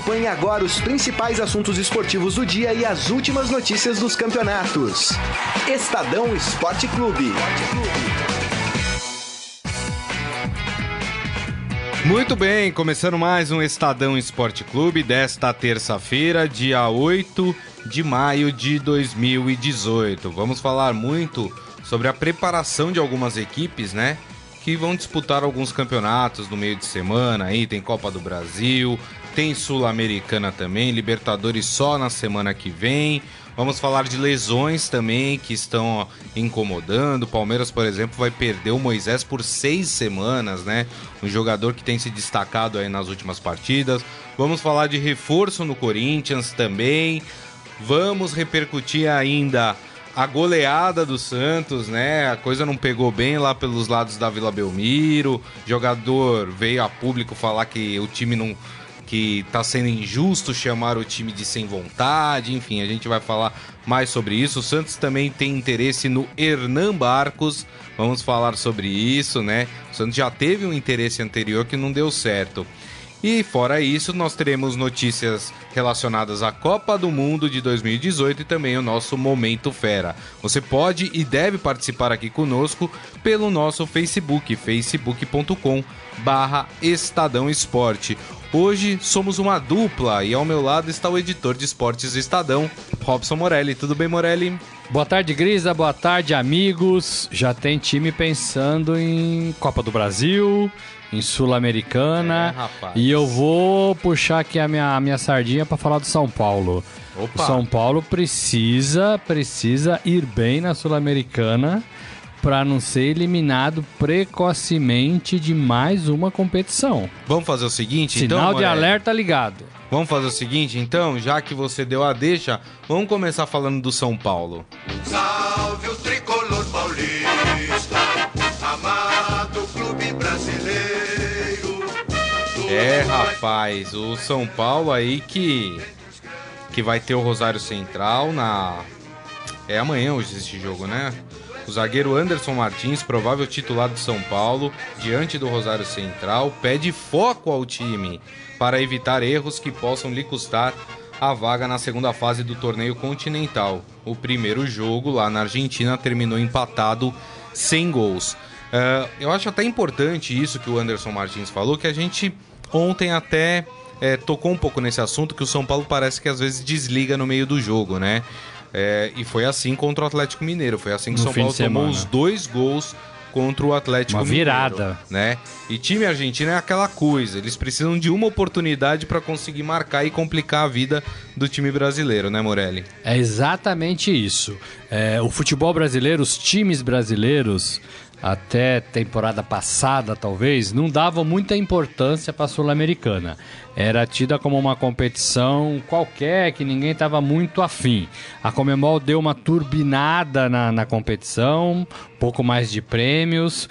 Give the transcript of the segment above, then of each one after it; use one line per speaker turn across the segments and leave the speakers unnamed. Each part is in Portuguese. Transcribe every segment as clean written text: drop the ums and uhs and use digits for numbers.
Acompanhe agora os principais assuntos esportivos do dia e as últimas notícias dos campeonatos. Estadão Esporte Clube.
Muito bem, começando mais um Estadão Esporte Clube desta terça-feira, dia 8 de maio de 2018. Vamos falar muito sobre a preparação de algumas equipes, né? Que vão disputar alguns campeonatos no meio de semana. Aí tem Copa do Brasil, tem Sul-Americana também, Libertadores só na semana que vem. Vamos falar de lesões também que estão incomodando. O Palmeiras, por exemplo, vai perder o Moisés por 6 semanas, né? Um jogador que tem se destacado aí nas últimas partidas. Vamos falar de reforço no Corinthians também. Vamos repercutir ainda a goleada do Santos, né? A coisa não pegou bem lá pelos lados da Vila Belmiro. O jogador veio a público falar que o time não... que tá sendo injusto chamar o time de sem vontade. Enfim, a gente vai falar mais sobre isso. O Santos também tem interesse no Hernan Barcos. Vamos falar sobre isso, né? O Santos já teve um interesse anterior que não deu certo. E fora isso, nós teremos notícias relacionadas à Copa do Mundo de 2018 e também o nosso Momento Fera. Você pode e deve participar aqui conosco pelo nosso Facebook, facebook.com/Estadão Esporte. Hoje somos uma dupla e ao meu lado está o editor de esportes do Estadão, Robson Morelli. Tudo bem, Morelli?
Boa tarde, Grisa. Boa tarde, amigos. Já tem time pensando em Copa do Brasil, em Sul-Americana. E eu vou puxar aqui a minha sardinha para falar do São Paulo.
Opa.
O São Paulo precisa ir bem na Sul-Americana para não ser eliminado precocemente de mais uma competição.
Vamos fazer o seguinte,
Sinal
então,
de
Morelli?
alerta ligado.
Vamos fazer o seguinte, então, já que você deu a deixa, vamos começar falando do São Paulo.
Salve o tricolor paulista, amado clube brasileiro.
Rapaz, o São Paulo aí que vai ter o Rosário Central É amanhã hoje esse jogo, né? O zagueiro Anderson Martins, provável titular do São Paulo, diante do Rosário Central, pede foco ao time para evitar erros que possam lhe custar a vaga na segunda fase do torneio continental. O primeiro jogo lá na Argentina terminou empatado sem gols. Eu acho até importante isso que o Anderson Martins falou, que a gente ontem até tocou um pouco nesse assunto, que o São Paulo parece que às vezes desliga no meio do jogo, né? E foi assim contra o Atlético Mineiro. Foi assim que o São Paulo tomou os 2 gols contra o Atlético Mineiro. Uma virada. Né? E time argentino é aquela coisa. Eles precisam de uma oportunidade para conseguir marcar e complicar a vida do time brasileiro, né, Morelli?
É exatamente isso. O futebol brasileiro, os times brasileiros, até temporada passada talvez, não davam muita importância para a Sul-Americana. Era tida como uma competição qualquer, que ninguém estava muito afim. A Conmebol deu uma turbinada na competição, um pouco mais de prêmios.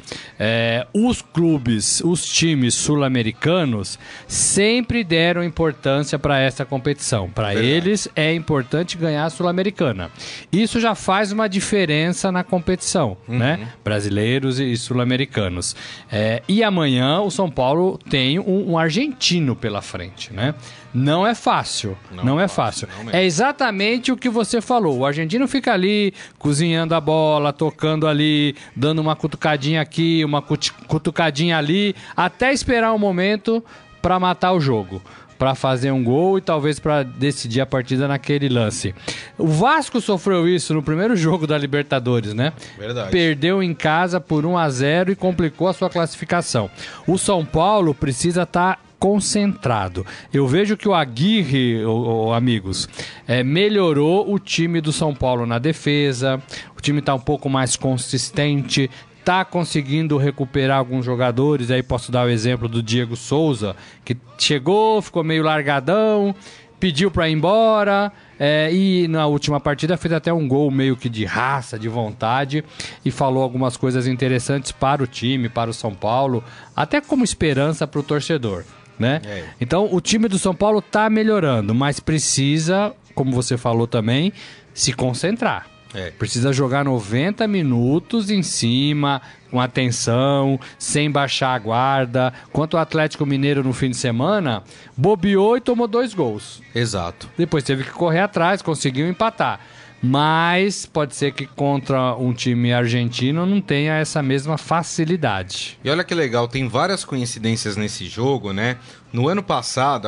Os clubes, os times sul-americanos sempre deram importância para essa competição. Para eles é importante ganhar a Sul-Americana. Isso já faz uma diferença na competição, né? Brasileiros e sul-americanos. E amanhã o São Paulo tem um argentino pela frente, né? Não é fácil, não é fácil. É exatamente o que você falou. O argentino fica ali, cozinhando a bola, tocando ali, dando uma cutucadinha aqui, uma cutucadinha ali, até esperar um momento para matar o jogo, para fazer um gol e talvez para decidir a partida naquele lance. O Vasco sofreu isso no primeiro jogo da Libertadores, né?
Verdade.
Perdeu em casa por 1-0 e complicou a sua classificação. O São Paulo precisa estar concentrado. Eu vejo que o Aguirre, amigos, melhorou o time do São Paulo na defesa, o time está um pouco mais consistente, está conseguindo recuperar alguns jogadores. Aí posso dar o exemplo do Diego Souza, que chegou, ficou meio largadão, pediu para ir embora, e na última partida fez até um gol meio que de raça, de vontade, e falou algumas coisas interessantes para o time, para o São Paulo, até como esperança para o torcedor, né? Então o time do São Paulo está melhorando, mas precisa, como você falou também, se concentrar. Precisa jogar 90 minutos em cima, com atenção, sem baixar a guarda. Quanto o Atlético Mineiro no fim de semana, bobeou e tomou 2 gols.
Exato.
Depois teve que correr atrás, conseguiu empatar. Mas pode ser que contra um time argentino não tenha essa mesma facilidade.
E olha que legal, tem várias coincidências nesse jogo, né? No ano passado,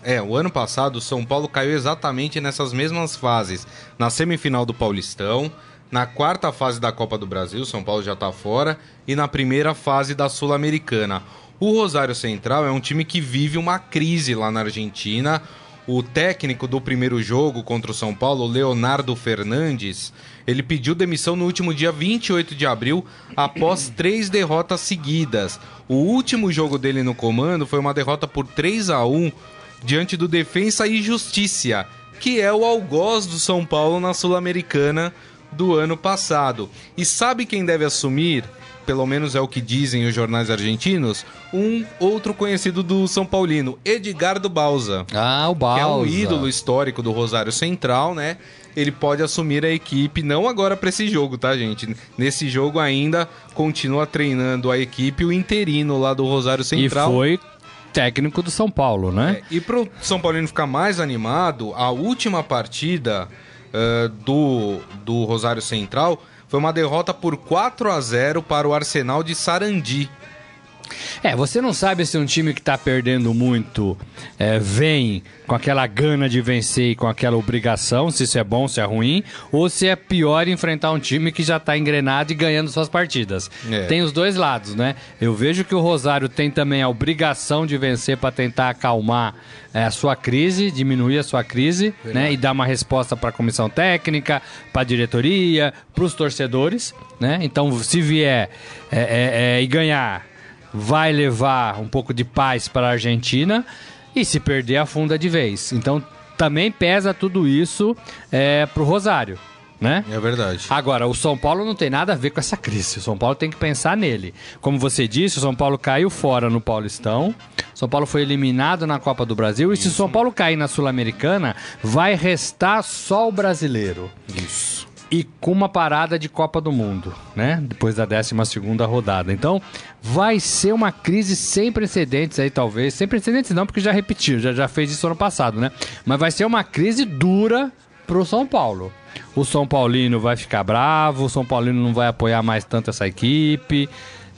o São Paulo caiu exatamente nessas mesmas fases. Na semifinal do Paulistão, na quarta fase da Copa do Brasil, São Paulo já tá fora, e na primeira fase da Sul-Americana. O Rosário Central é um time que vive uma crise lá na Argentina. O técnico do primeiro jogo contra o São Paulo, Leonardo Fernandes, ele pediu demissão no último dia 28 de abril, após 3 derrotas seguidas. O último jogo dele no comando foi uma derrota por 3-1 diante do Defensa e Justiça, que é o algoz do São Paulo na Sul-Americana do ano passado. E sabe quem deve assumir? Pelo menos é o que dizem os jornais argentinos, um outro conhecido do São Paulino, Edgardo Bauza.
Ah, o Bauza.
Que é um ídolo histórico do Rosário Central, né? Ele pode assumir a equipe, não agora para esse jogo, tá, gente? Nesse jogo ainda continua treinando a equipe, o interino lá do Rosário Central.
E foi técnico do São Paulo, né?
E pro São Paulino ficar mais animado, a última partida do Rosário Central foi uma derrota por 4-0 para o Arsenal de Sarandi.
Você não sabe se um time que tá perdendo muito vem com aquela gana de vencer e com aquela obrigação, se isso é bom, se é ruim, ou se é pior enfrentar um time que já tá engrenado e ganhando suas partidas. Tem os dois lados, né? Eu vejo que o Rosário tem também a obrigação de vencer para tentar acalmar a sua crise, diminuir a sua crise, né? E dar uma resposta para a comissão técnica, para a diretoria, para os torcedores, né? Então, se vier e ganhar, vai levar um pouco de paz para a Argentina, e se perder, afunda de vez. Então também pesa tudo isso pro Rosário, né?
É verdade.
Agora, o São Paulo não tem nada a ver com essa crise. O São Paulo tem que pensar nele. Como você disse, o São Paulo caiu fora no Paulistão. O São Paulo foi eliminado na Copa do Brasil. E se o São Paulo cair na Sul-Americana, vai restar só o brasileiro.
Isso.
E com uma parada de Copa do Mundo, né? Depois da 12ª rodada. Então, vai ser uma crise sem precedentes aí, talvez. Sem precedentes não, porque já repetiu, já fez isso ano passado, né? Mas vai ser uma crise dura pro São Paulo. O São Paulino vai ficar bravo, o São Paulino não vai apoiar mais tanto essa equipe.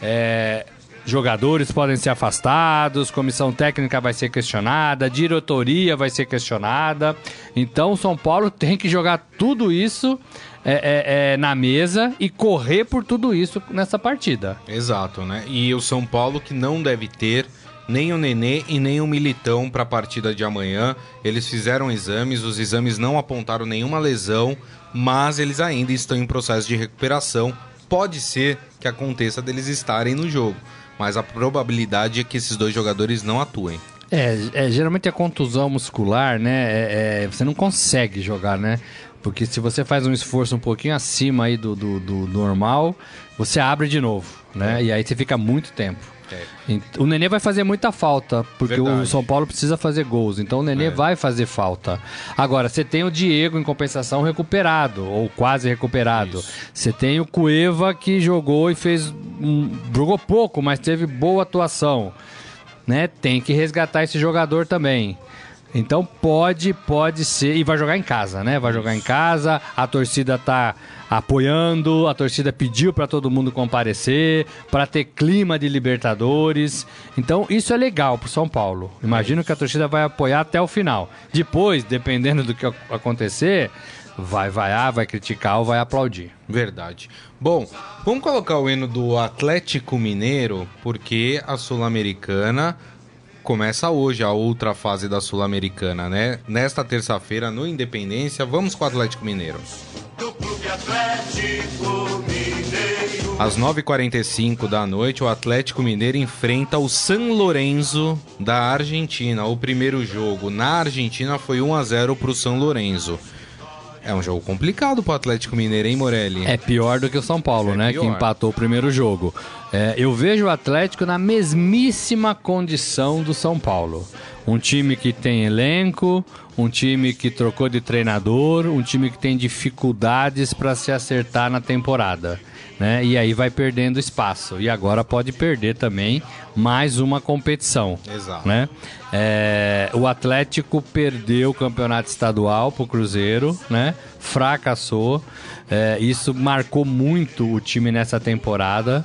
Jogadores podem ser afastados, comissão técnica vai ser questionada, diretoria vai ser questionada. Então o São Paulo tem que jogar tudo isso na mesa e correr por tudo isso nessa partida.
Exato, né? E o São Paulo que não deve ter nem o Nenê e nem o Militão para a partida de amanhã. Eles fizeram exames, os exames não apontaram nenhuma lesão, mas eles ainda estão em processo de recuperação. Pode ser que aconteça deles estarem no jogo, mas a probabilidade é que esses dois jogadores não atuem.
Geralmente a contusão muscular, né? Você não consegue jogar, né? Porque se você faz um esforço um pouquinho acima aí do normal, você abre de novo, né? E aí você fica muito tempo. O Nenê vai fazer muita falta, porque Verdade. O São Paulo precisa fazer gols, então o Nenê vai fazer falta. Agora, você tem o Diego em compensação recuperado, ou quase recuperado. Você tem o Cueva que jogou e jogou pouco, mas teve boa atuação, né? Tem que resgatar esse jogador também. Então pode ser, e vai jogar em casa, né? Vai jogar em casa, a torcida tá apoiando, a torcida pediu para todo mundo comparecer, para ter clima de Libertadores. Então isso é legal pro São Paulo. Imagino que a torcida vai apoiar até o final. Depois, dependendo do que acontecer, vai vaiar, vai criticar ou vai aplaudir.
Verdade. Bom, vamos colocar o hino do Atlético Mineiro, porque a Sul-Americana começa hoje, a outra fase da Sul-Americana, né? Nesta terça-feira, no Independência, vamos com o Atlético Mineiro.
Do Clube Atlético Mineiro.
Às 9h45 da noite, o Atlético Mineiro enfrenta o San Lorenzo da Argentina. O primeiro jogo na Argentina foi 1-0 para o San Lorenzo. É um jogo complicado pro Atlético Mineiro, hein, Morelli?
É pior do que o São Paulo, né?
pior.
Que empatou o primeiro jogo. Eu vejo o Atlético na mesmíssima condição do São Paulo. Um time que tem elenco, um time que trocou de treinador, um time que tem dificuldades para se acertar na temporada, né? E aí vai perdendo espaço. E agora pode perder também mais uma competição.
Exato.
Né? O Atlético perdeu o campeonato estadual pro Cruzeiro, né? Fracassou. Isso marcou muito o time nessa temporada.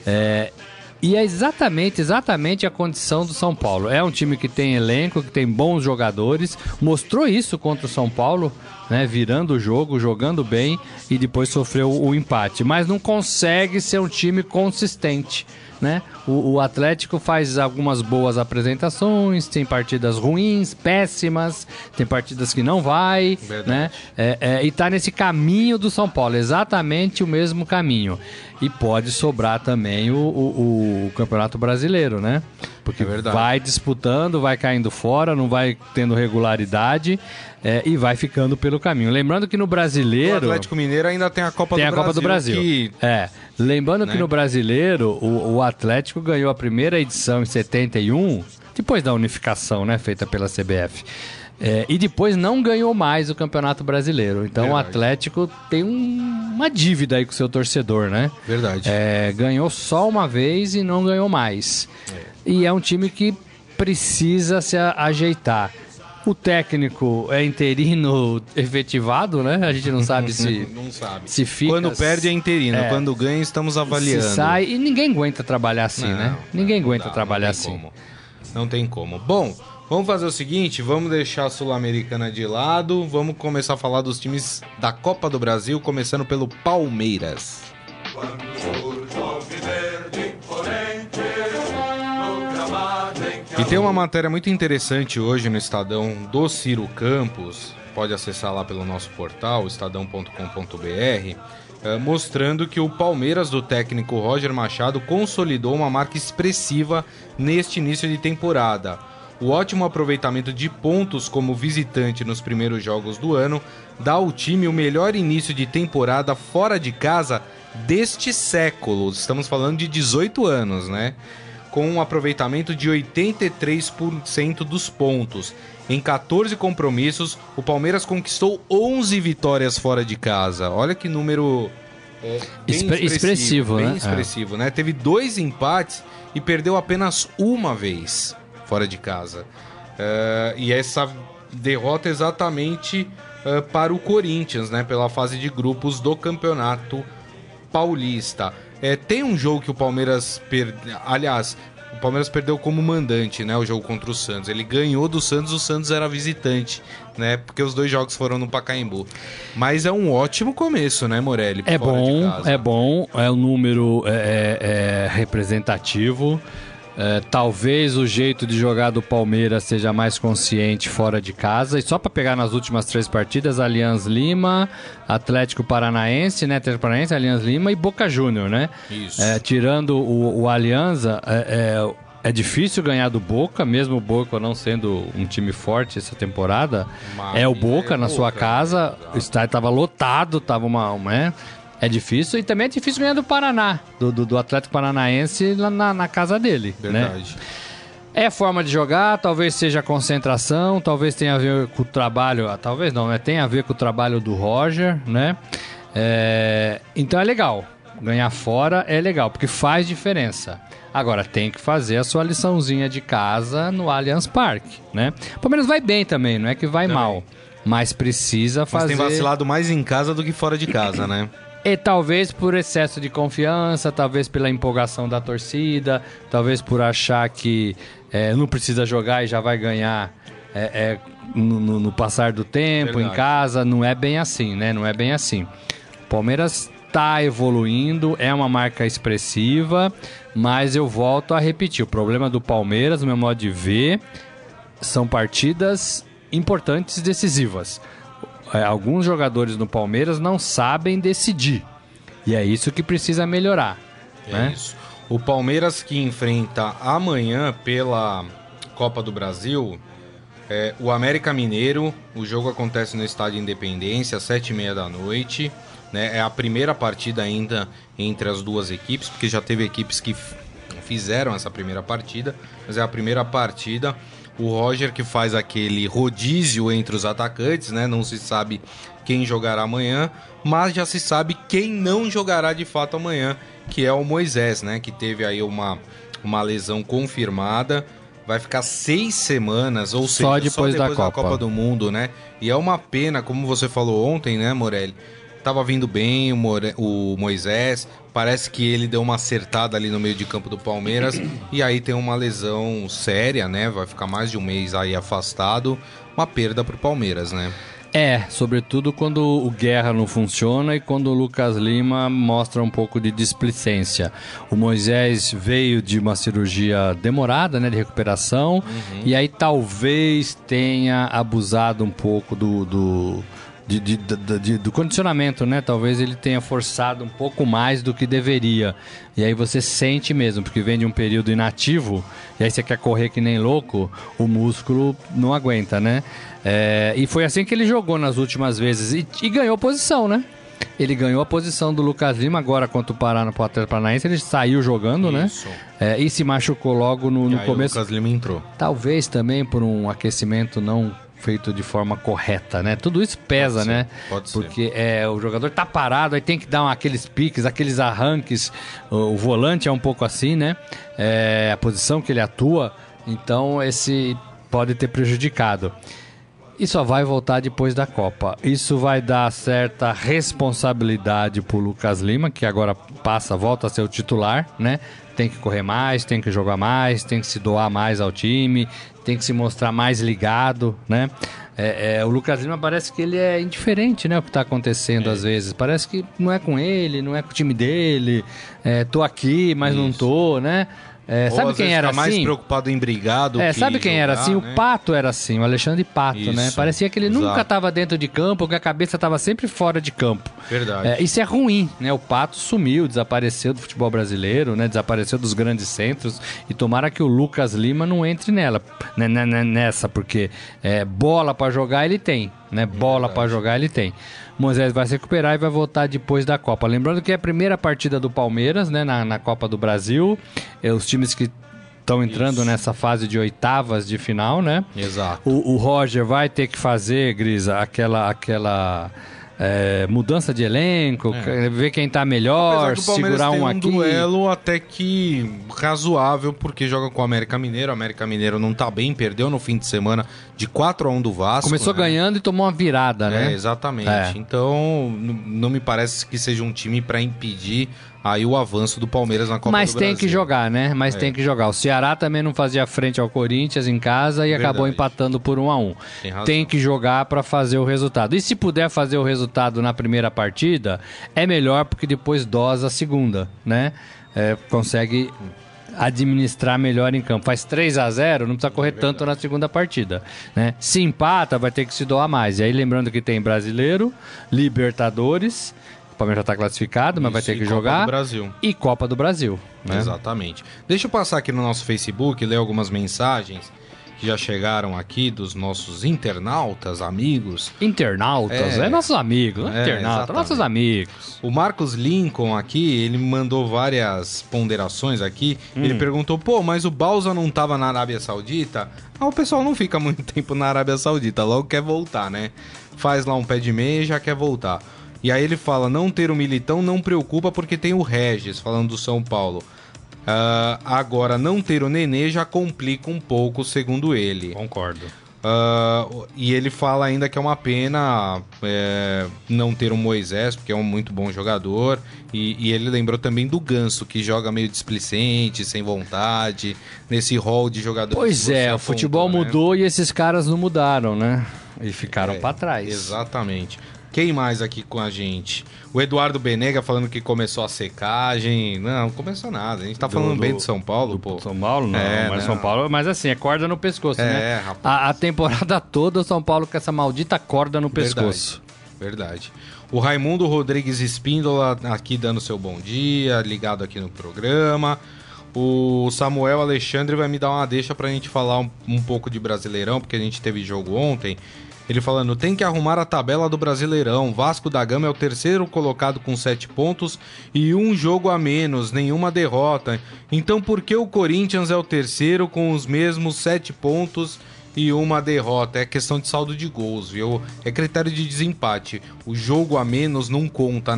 E é exatamente a condição do São Paulo. É um time que tem elenco, que tem bons jogadores. Mostrou isso contra o São Paulo, né? Virando o jogo, jogando bem e depois sofreu o empate. Mas não consegue ser um time consistente, né? O Atlético faz algumas boas apresentações, tem partidas ruins, péssimas, tem partidas que não vai, né? E tá nesse caminho do São Paulo, exatamente o mesmo caminho. E pode sobrar também o Campeonato Brasileiro, né? Porque vai disputando, vai caindo fora, não vai tendo regularidade e vai ficando pelo caminho.Lembrando que no Brasileiro...
O Atlético Mineiro ainda tem a Copa do Brasil.
Tem a Copa do Brasil. Lembrando que no Brasileiro, o Atlético ganhou a primeira edição em 71, depois da unificação, né, feita pela CBF. E depois não ganhou mais o Campeonato Brasileiro. Então o Atlético tem uma dívida aí com o seu torcedor, né?
Verdade.
Ganhou só uma vez e não ganhou mais. E é um time que precisa se ajeitar. O técnico é interino efetivado, né? A gente não sabe se se fica...
Quando perde é interino, quando ganha estamos avaliando.
Se sai, e ninguém aguenta trabalhar assim, né? Ninguém aguenta trabalhar assim.
Não tem como. Bom, vamos fazer o seguinte, vamos deixar a Sul-Americana de lado, vamos começar a falar dos times da Copa do Brasil, começando pelo Palmeiras. E tem uma matéria muito interessante hoje no Estadão do Ciro Campos, pode acessar lá pelo nosso portal, estadão.com.br, mostrando que o Palmeiras do técnico Roger Machado consolidou uma marca expressiva neste início de temporada. O ótimo aproveitamento de pontos como visitante nos primeiros jogos do ano dá ao time o melhor início de temporada fora de casa deste século. Estamos falando de 18 anos, né? Com um aproveitamento de 83% dos pontos. Em 14 compromissos, o Palmeiras conquistou 11 vitórias fora de casa. Olha que número bem expressivo,
né?
Bem expressivo, né? Teve 2 empates e perdeu apenas uma vez fora de casa. E essa derrota exatamente para o Corinthians, né? Pela fase de grupos do Campeonato Paulista. Tem um jogo que o Palmeiras perdeu. Aliás, o Palmeiras perdeu como mandante, né? O jogo contra o Santos. Ele ganhou do Santos, o Santos era visitante, né? Porque os 2 jogos foram no Pacaembu. Mas é um ótimo começo, né, Morelli?
É bom, é um número representativo. Talvez o jeito de jogar do Palmeiras seja mais consciente fora de casa. E só para pegar nas últimas 3 partidas, Allianz Lima, Atlético Paranaense, né? Atlético Paranaense, Allianz Lima e Boca Júnior, né? Isso. Tirando o Alianza, é difícil ganhar do Boca, mesmo o Boca não sendo um time forte essa temporada. Mas o Boca na sua casa, o estádio estava lotado, estava É difícil, e também é difícil ganhar do Paraná, do Atlético Paranaense na casa dele.
Verdade.
Né? É forma de jogar, talvez seja a concentração, talvez tenha a ver com o trabalho, talvez não, né? Tem a ver com o trabalho do Roger, né? Então é legal, ganhar fora é legal, porque faz diferença. Agora, tem que fazer a sua liçãozinha de casa no Allianz Parque, né? O Palmeiras vai bem também, não é que vai mal, mas precisa fazer...
Mas tem vacilado mais em casa do que fora de casa, né?
E talvez por excesso de confiança, talvez pela empolgação da torcida, talvez por achar que não precisa jogar e já vai ganhar no passar do tempo. Verdade. Em casa. Não é bem assim, né? Não é bem assim. O Palmeiras está evoluindo, é uma marca expressiva, mas eu volto a repetir. O problema do Palmeiras, no meu modo de ver, são partidas importantes e decisivas. Alguns jogadores no Palmeiras não sabem decidir. E é isso que precisa melhorar. Né?
Isso. O Palmeiras que enfrenta amanhã pela Copa do Brasil O América Mineiro, o jogo acontece no Estádio Independência, às 7h30 da noite. Né? É a primeira partida ainda entre as duas equipes, porque já teve equipes que fizeram essa primeira partida, mas é a primeira partida. O Roger que faz aquele rodízio entre os atacantes, né? Não se sabe quem jogará amanhã, mas já se sabe quem não jogará de fato amanhã, que é o Moisés, né? Que teve aí uma lesão confirmada. Vai ficar 6 semanas, ou seja,
só depois da
Copa do Mundo, né? E é uma pena, como você falou ontem, né, Morelli? Tava vindo bem o Moisés, parece que ele deu uma acertada ali no meio de campo do Palmeiras, e aí tem uma lesão séria, né? Vai ficar mais de um mês aí afastado, uma perda pro Palmeiras, né?
Sobretudo quando o Guerra não funciona e quando o Lucas Lima mostra um pouco de displicência. O Moisés veio de uma cirurgia demorada, né, de recuperação, e aí talvez tenha abusado um pouco do condicionamento, né? Talvez ele tenha forçado um pouco mais do que deveria. E aí você sente mesmo, porque vem de um período inativo, e aí você quer correr que nem louco, o músculo não aguenta, né? E foi assim que ele jogou nas últimas vezes. E ganhou posição, né? Ele ganhou a posição do Lucas Lima agora contra o Atlético Paranaense. Ele saiu jogando,
Isso.
né? E se machucou logo no começo.
O Lucas Lima entrou.
Talvez também por um aquecimento não feito de forma correta, né? Tudo isso pesa,
Pode ser,
né?
pode ser.
Porque o jogador tá parado, aí tem que dar aqueles piques, aqueles arranques. O volante é um pouco assim, né? A posição que ele atua. Então, esse pode ter prejudicado. E só vai voltar depois da Copa. Isso vai dar certa responsabilidade pro Lucas Lima, que agora volta a ser o titular, né? Tem que correr mais, tem que jogar mais, tem que se doar mais ao time, tem que se mostrar mais ligado, né? O Lucas Lima parece que ele é indiferente, né? O que está acontecendo às vezes. Parece que não é com ele, não é com o time dele. Tô aqui, mas não tô, né? Sabe quem era assim?
mais preocupado em brigar do que
sabe quem era assim?
né?
O Pato era assim, o Alexandre Pato,
Isso,
né? Parecia que ele nunca estava dentro de campo, que a cabeça estava sempre fora de campo.
Verdade.
Isso é ruim, né? O Pato sumiu, desapareceu do futebol brasileiro, né? Desapareceu dos grandes centros, e tomara que o Lucas Lima não entre nessa, porque bola para jogar ele tem, né? Bola para jogar ele tem. Moisés vai se recuperar e vai voltar depois da Copa. Lembrando que é a primeira partida do Palmeiras, né, na Copa do Brasil. Os times que estão entrando nessa fase de oitavas de final, né?
Exato.
O Roger vai ter que fazer, Grisa, aquela mudança de elenco, ver quem tá melhor, segurar um aqui.
Um duelo até que razoável, porque joga com o América Mineiro. O América Mineiro não tá bem, perdeu no fim de semana de 4-1 do Vasco.
Começou ganhando e tomou uma virada, né?
Exatamente. Então, não me parece que seja um time para impedir aí o avanço do Palmeiras na Copa do Brasil.
Mas tem que jogar, né? Tem que jogar. O Ceará também não fazia frente ao Corinthians em casa e acabou empatando por 1-1. Tem que jogar para fazer o resultado. E se puder fazer o resultado na primeira partida, é melhor, porque depois dosa a segunda, né? Consegue administrar melhor em campo. Faz 3-0, não precisa correr tanto na segunda partida, né? Se empata, vai ter que se doar mais. E aí, lembrando que tem Brasileiro, Libertadores. O Palmeiras já está classificado, mas vai ter que jogar.
Copa do Brasil.
E Copa do Brasil, né?
Exatamente. Deixa eu passar aqui no nosso Facebook, ler algumas mensagens que já chegaram aqui dos nossos internautas, amigos.
Internautas? Nossos amigos, internautas, nossos amigos.
O Marcos Lincoln aqui, ele mandou várias ponderações aqui. Ele perguntou, mas o Bausa não estava na Arábia Saudita? O pessoal não fica muito tempo na Arábia Saudita, logo quer voltar, né? Faz lá um pé de meia e já quer voltar. E aí ele fala, não ter o Militão não preocupa porque tem o Regis, falando do São Paulo. Agora, não ter o Nenê já complica um pouco, segundo ele.
Concordo.
E ele fala ainda que é uma pena não ter o Moisés, porque é um muito bom jogador. E ele lembrou também do Ganso, que joga meio displicente, sem vontade, nesse rol de jogadores.
Pois o futebol mudou, né? E esses caras não mudaram, né? E ficaram pra trás.
Exatamente. Quem mais aqui com a gente? O Eduardo Benega falando que começou a secagem. Não começou nada. A gente tá falando bem do São Paulo, pô.
São Paulo não, mas São Paulo... Mas assim, é corda no pescoço, né?
Rapaz.
A temporada toda o São Paulo com essa maldita corda no pescoço.
Verdade. O Raimundo Rodrigues Espíndola aqui dando seu bom dia, ligado aqui no programa. O Samuel Alexandre vai me dar uma deixa pra gente falar um pouco de Brasileirão, porque a gente teve jogo ontem. Ele falando, tem que arrumar a tabela do Brasileirão. Vasco da Gama é o terceiro colocado com 7 pontos e um jogo a menos, nenhuma derrota. Então por que o Corinthians é o terceiro com os mesmos 7 pontos e uma derrota? É questão de saldo de gols, viu? É critério de desempate. O jogo a menos não conta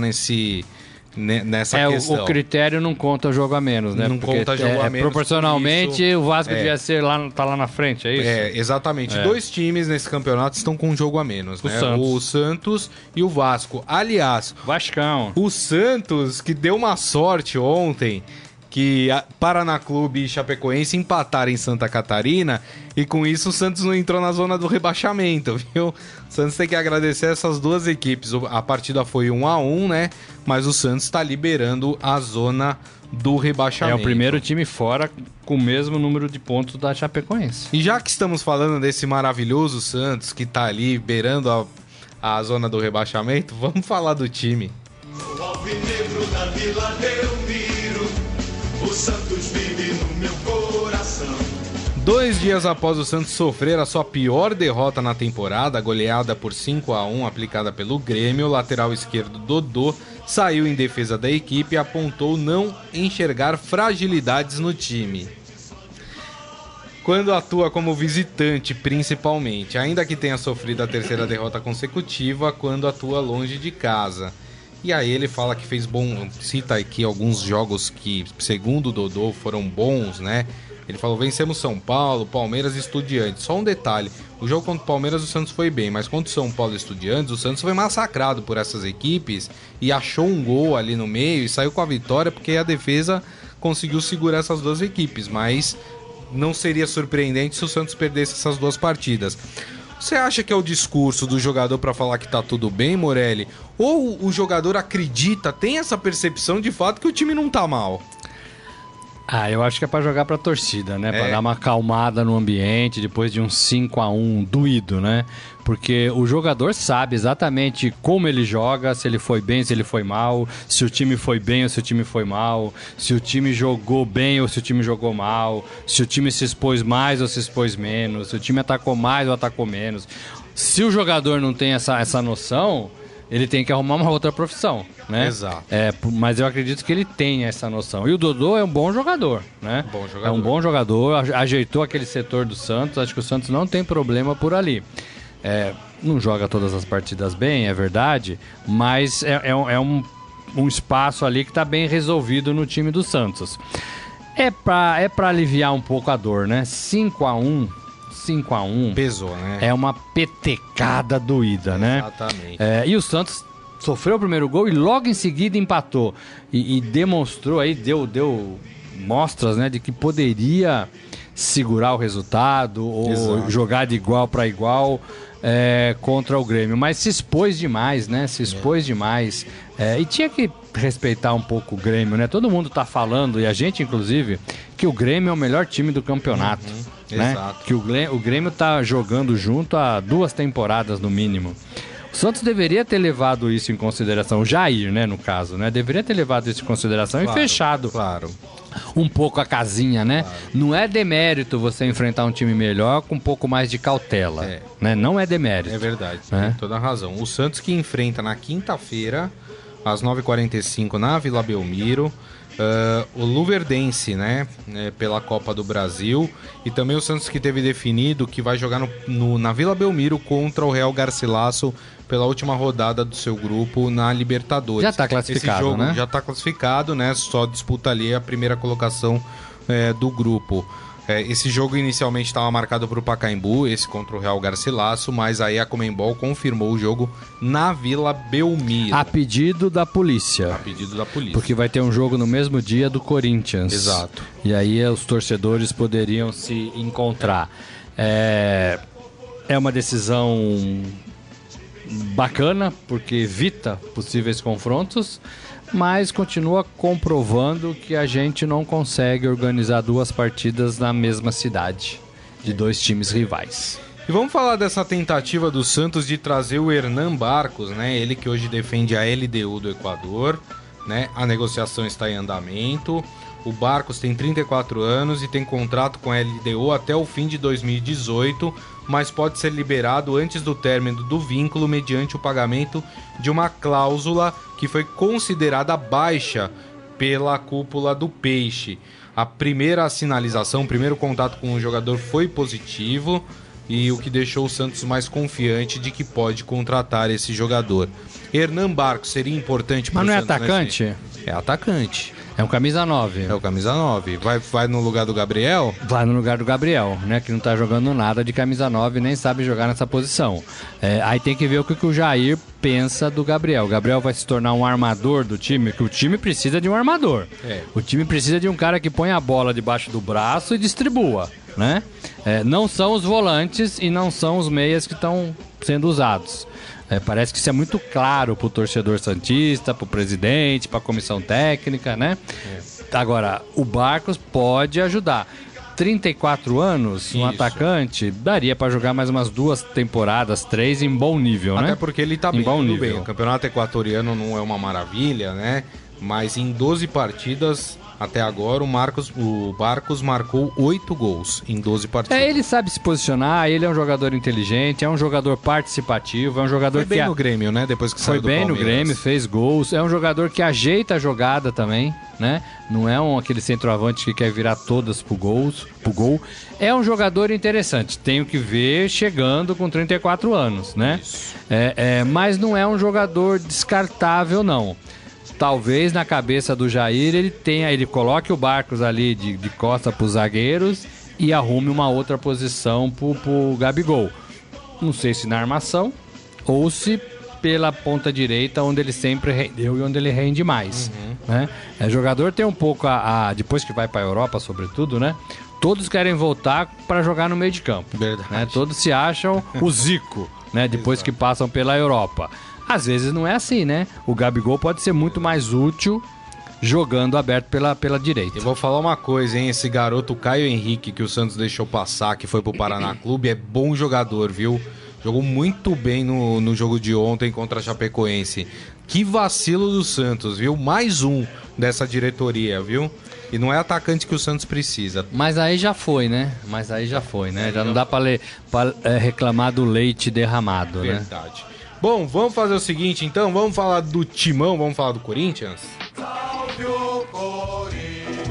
nessa questão.
O critério não conta jogo a menos, né?
Não conta jogo a menos.
Proporcionalmente, o Vasco devia ser tá lá na frente, é isso?
Exatamente. 2 times nesse campeonato estão com um jogo a menos, né?
Santos.
O Santos e o Vasco. Aliás,
Vascão.
o Santos, que deu uma sorte ontem, que Paraná Clube e Chapecoense empataram em Santa Catarina, e com isso o Santos não entrou na zona do rebaixamento, viu? O Santos tem que agradecer essas duas equipes. A partida foi 1-1, né? Mas o Santos está liberando a zona do rebaixamento.
É o primeiro time fora com o mesmo número de pontos da Chapecoense.
E já que estamos falando desse maravilhoso Santos que tá ali beirando a zona do rebaixamento, vamos falar do time.
O alvinegro da Vila Belmiro, o Santos vive no meu coração.
2 dias após o Santos sofrer a sua pior derrota na temporada, goleada por 5-1 aplicada pelo Grêmio, o lateral esquerdo Dodô saiu em defesa da equipe e apontou não enxergar fragilidades no time. Quando atua como visitante, principalmente, ainda que tenha sofrido a terceira derrota consecutiva, quando atua longe de casa. E aí ele fala que fez cita aqui alguns jogos que, segundo o Dodô, foram bons, né? Ele falou, vencemos São Paulo, Palmeiras e Estudiantes. Só um detalhe, o jogo contra o Palmeiras o Santos foi bem, mas contra o São Paulo e Estudiantes, o Santos foi massacrado por essas equipes e achou um gol ali no meio e saiu com a vitória porque a defesa conseguiu segurar essas duas equipes, mas não seria surpreendente se o Santos perdesse essas 2 partidas. Você acha que é o discurso do jogador para falar que tá tudo bem, Morelli? Ou o jogador acredita, tem essa percepção de fato que o time não tá mal?
Eu acho que é pra jogar pra torcida, né? Pra dar uma acalmada no ambiente depois de um 5-1 doído, né? Porque o jogador sabe exatamente como ele joga, se ele foi bem, se ele foi mal, se o time foi bem ou se o time foi mal, se o time jogou bem ou se o time jogou mal, se o time se expôs mais ou se expôs menos, se o time atacou mais ou atacou menos. Se o jogador não tem essa noção, ele tem que arrumar uma outra profissão, né?
Exato.
Mas eu acredito que ele tem essa noção. E o Dodô é um bom jogador, né? É um bom jogador, ajeitou aquele setor do Santos, acho que o Santos não tem problema por ali. Não joga todas as partidas bem, é verdade, mas é um espaço ali que está bem resolvido no time do Santos. É pra aliviar um pouco a dor, né? 5-1
pesou, né?
É uma petecada doída, né?
Exatamente.
E o Santos sofreu o primeiro gol e logo em seguida empatou. E demonstrou aí, deu mostras, né, de que poderia segurar o resultado ou jogar de igual para igual contra o Grêmio. Mas se expôs demais, né? Demais. E tinha que respeitar um pouco o Grêmio, né? Todo mundo tá falando, e a gente inclusive, que o Grêmio é o melhor time do campeonato. Né?
Exato.
Que o Grêmio tá jogando junto há 2 temporadas no mínimo. O Santos deveria ter levado isso em consideração, o Jair, né, no caso, né? Deveria ter levado isso em consideração e fechado um pouco a casinha, né? Claro. Não é demérito você enfrentar um time melhor com um pouco mais de cautela, né? Não é demérito.
É verdade, tem toda a razão. O Santos que enfrenta na quinta-feira, às 9h45, na Vila Belmiro, o Luverdense, né, pela Copa do Brasil, e também o Santos que teve definido que vai jogar na Vila Belmiro contra o Real Garcilaso pela última rodada do seu grupo na Libertadores.
Já está classificado,
esse jogo,
né?
Já está classificado, né? Só disputa ali a primeira colocação do grupo. Esse jogo inicialmente estava marcado para o Pacaembu, esse contra o Real Garcilaso, mas aí a Conmebol confirmou o jogo na Vila Belmiro.
A pedido da polícia. Porque vai ter um jogo no mesmo dia do Corinthians.
Exato.
E aí os torcedores poderiam se encontrar. É uma decisão bacana, porque evita possíveis confrontos, mas continua comprovando que a gente não consegue organizar 2 partidas na mesma cidade, de 2 times rivais.
E vamos falar dessa tentativa do Santos de trazer o Hernan Barcos, né? Ele que hoje defende a LDU do Equador, né? A negociação está em andamento. O Barcos tem 34 anos e tem contrato com a LDU até o fim de 2018, mas pode ser liberado antes do término do vínculo mediante o pagamento de uma cláusula que foi considerada baixa pela cúpula do Peixe. A primeira sinalização, o primeiro contato com o jogador foi positivo, e o que deixou o Santos mais confiante de que pode contratar esse jogador. Hernan Barcos seria importante para o Santos.
Mas não é atacante?
É atacante.
É um camisa 9.
É o camisa 9. Vai no lugar do Gabriel?
Vai no lugar do Gabriel, né? Que não tá jogando nada de camisa 9, nem sabe jogar nessa posição. Aí tem que ver o que o Jair pensa do Gabriel. O Gabriel vai se tornar um armador do time, que o time precisa de um armador. O time precisa de um cara que põe a bola debaixo do braço e distribua, né? Não são os volantes e não são os meias que estão sendo usados. Parece que isso é muito claro pro torcedor santista, pro presidente, pra comissão técnica, né? Agora, o Barcos pode ajudar. 34 anos, um atacante, daria pra jogar mais umas 2 temporadas, 3 em bom nível, né?
Até porque ele tá bem, tudo bem. O campeonato equatoriano não é uma maravilha, né? Mas em 12 partidas... Até agora, o Barcos marcou 8 gols em 12 partidas.
Ele sabe se posicionar, ele é um jogador inteligente, é um jogador participativo, é um jogador
que... Foi bem no Grêmio, né? Depois que saiu do Palmeiras. Foi bem no Grêmio,
fez gols. É um jogador que ajeita a jogada também, né? Não é aquele centroavante que quer virar todas pro gol. É um jogador interessante. Tenho que ver chegando com 34 anos, né? Mas não é um jogador descartável, não. Talvez na cabeça do Jair ele coloque o Barcos ali de costa para os zagueiros e arrume uma outra posição pro Gabigol. Não sei se na armação ou se pela ponta direita, onde ele sempre rendeu e onde ele rende mais. Né? Jogador tem um pouco depois que vai para a Europa, sobretudo, né? Todos querem voltar para jogar no meio de campo.
Verdade.
Né? Todos se acham o Zico, né? Depois que passam pela Europa. Às vezes não é assim, né? O Gabigol pode ser muito mais útil jogando aberto pela direita.
Eu vou falar uma coisa, hein? Esse garoto Caio Henrique, que o Santos deixou passar, que foi pro Paraná Clube, é bom jogador, viu? Jogou muito bem no jogo de ontem contra a Chapecoense. Que vacilo do Santos, viu? Mais um dessa diretoria, viu? E não é atacante que o Santos precisa.
Mas aí já foi, né? Já não dá pra reclamar do leite derramado, né?
Verdade. Bom, vamos fazer o seguinte, então. Vamos falar do Timão, vamos falar do Corinthians?
Salve o Corinthians,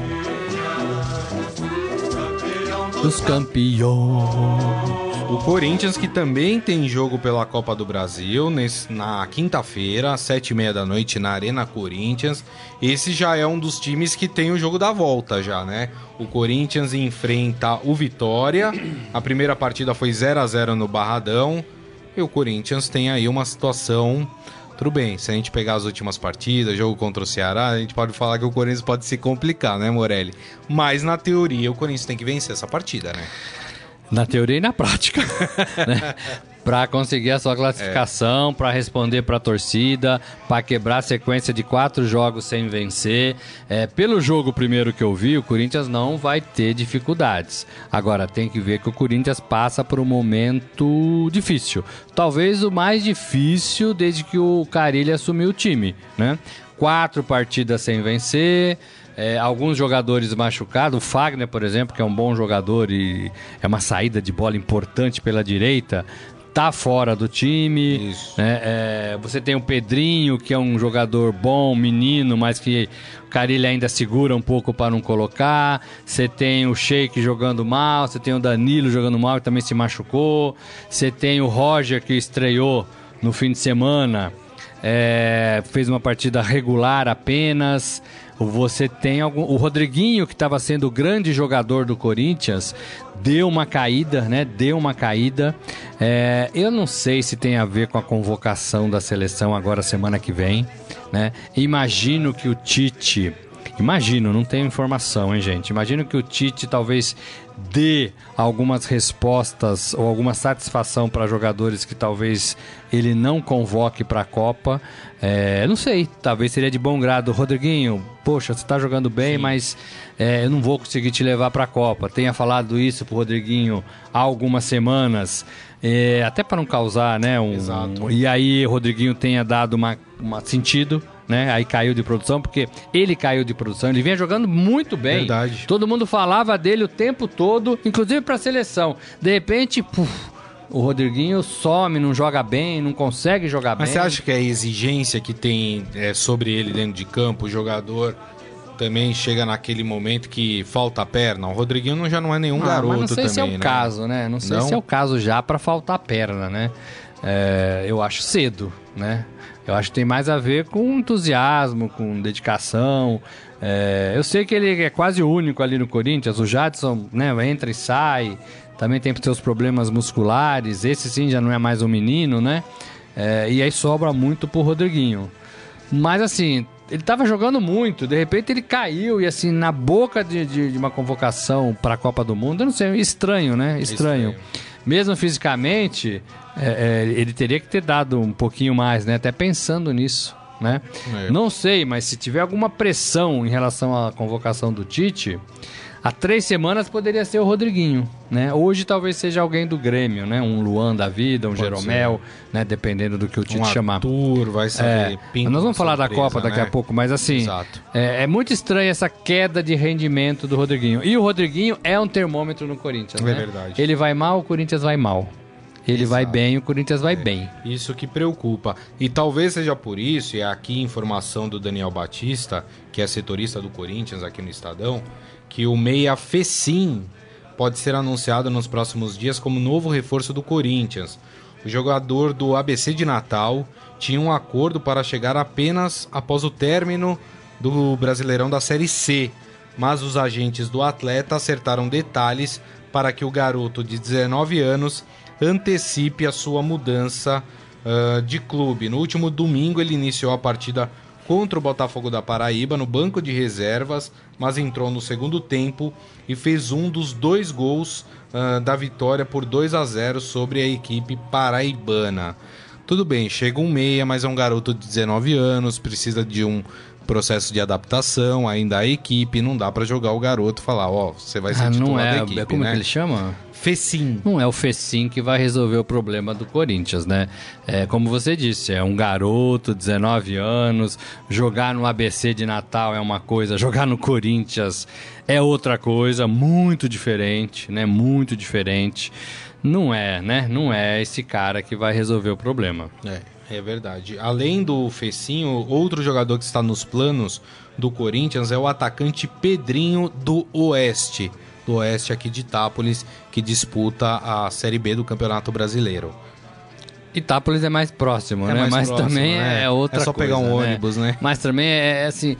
dos campeões.
O Corinthians, que também tem jogo pela Copa do Brasil, na quinta-feira, às 7h30 da noite, na Arena Corinthians. Esse já é um dos times que tem o jogo da volta já, né? O Corinthians enfrenta o Vitória. A primeira partida foi 0x0 no Barradão. E o Corinthians tem aí uma situação... Tudo bem, se a gente pegar as últimas partidas, jogo contra o Ceará, a gente pode falar que o Corinthians pode se complicar, né, Morelli? Mas, na teoria, o Corinthians tem que vencer essa partida, né?
Na teoria e na prática, né? Para conseguir a sua classificação, para responder para a torcida, para quebrar a sequência de 4 jogos sem vencer. Pelo jogo primeiro que eu vi, o Corinthians não vai ter dificuldades. Agora, tem que ver que o Corinthians passa por um momento difícil. Talvez o mais difícil desde que o Carille assumiu o time, né? 4 partidas sem vencer... alguns jogadores machucados, o Fagner, por exemplo, que é um bom jogador e é uma saída de bola importante pela direita, tá fora do time. Você tem o Pedrinho, que é um jogador bom, menino, mas que o Carille ainda segura um pouco para não colocar. Você tem o Sheik jogando mal, você tem o Danilo jogando mal, que também se machucou. Você tem o Roger, que estreou no fim de semana, fez uma partida regular apenas. Você tem o Rodriguinho, que estava sendo o grande jogador do Corinthians, deu uma caída, né? Eu não sei se tem a ver com a convocação da seleção agora semana que vem, né? Imagino que o Tite... não tenho informação, hein, gente? Imagino que o Tite talvez dê algumas respostas ou alguma satisfação para jogadores que talvez ele não convoque para a Copa. Não sei, talvez seria de bom grado. Rodriguinho, poxa, você está jogando bem, mas eu não vou conseguir te levar para a Copa. Tenha falado isso pro Rodriguinho há algumas semanas, até para não causar, né?
Exato.
E aí o Rodriguinho tenha dado uma sentido, né? Aí caiu de produção, porque ele caiu de produção. Ele vinha jogando muito bem.
Verdade.
Todo mundo falava dele o tempo todo, inclusive pra seleção. De repente, o Rodriguinho some, não joga bem, não consegue jogar
Mas
bem.
você acha que a exigência que tem sobre ele dentro de campo, o jogador também chega naquele momento que falta a perna? O Rodriguinho já não é nenhum garoto também,
mas não sei se é o caso, né? Não sei se é o caso já pra faltar perna, né? Eu acho cedo, né? Eu acho que tem mais a ver com entusiasmo, com dedicação. Eu sei que ele é quase o único ali no Corinthians. O Jadson, né, entra e sai. Também tem seus problemas musculares. Esse sim já não é mais um menino, né? E aí sobra muito pro Rodriguinho. Mas assim, ele tava jogando muito. De repente ele caiu e assim, na boca de uma convocação pra Copa do Mundo, eu não sei, estranho, né? Estranho. Mesmo fisicamente, ele teria que ter dado um pouquinho mais, né? Até pensando nisso, né? Não sei, mas se tiver alguma pressão em relação à convocação do Tite, há 3 semanas poderia ser o Rodriguinho, né? Hoje talvez seja alguém do Grêmio, né? Um Luan da vida, um Jeromel, né? Dependendo do que o Tite chamar.
Arthur, vai saber.
Nós vamos falar da Copa daqui a pouco, mas assim,
Exato.
É muito estranha essa queda de rendimento do Rodriguinho. E o Rodriguinho é um termômetro no Corinthians, né?
É verdade.
Ele vai mal, o Corinthians vai mal. Ele
Exato.
vai bem, o Corinthians vai bem.
Isso que preocupa. E talvez seja por isso, e aqui informação do Daniel Batista, que é setorista do Corinthians aqui no Estadão, que o meia Fecim pode ser anunciado nos próximos dias como novo reforço do Corinthians. O jogador do ABC de Natal tinha um acordo para chegar apenas após o término do Brasileirão da Série C, mas os agentes do atleta acertaram detalhes para que o garoto de 19 anos antecipe a sua mudança de clube. No último domingo ele iniciou a partida contra o Botafogo da Paraíba no banco de reservas, mas entrou no segundo tempo e fez um dos 2 gols da vitória por 2-0 sobre a equipe paraibana. Tudo bem, chega um meia, mas é um garoto de 19 anos, precisa de um processo de adaptação, ainda a equipe, não dá pra jogar o garoto e falar, você vai ser titular da equipe,
como
né?
que ele chama?
Fecim.
Não é o Fecim que vai resolver o problema do Corinthians, né? Como você disse, é um garoto, 19 anos, jogar no ABC de Natal é uma coisa, jogar no Corinthians é outra coisa, muito diferente, né? Muito diferente. Não é, né? Não é esse cara que vai resolver o problema.
É verdade. Além do Fecim, outro jogador que está nos planos do Corinthians é o atacante Pedrinho do Oeste. Do Oeste aqui de Itápolis, que disputa a Série B do Campeonato Brasileiro.
Itápolis é mais próximo, né? Mas próximo, também né? É outra coisa.
É só pegar um ônibus, né?
Mas também é assim,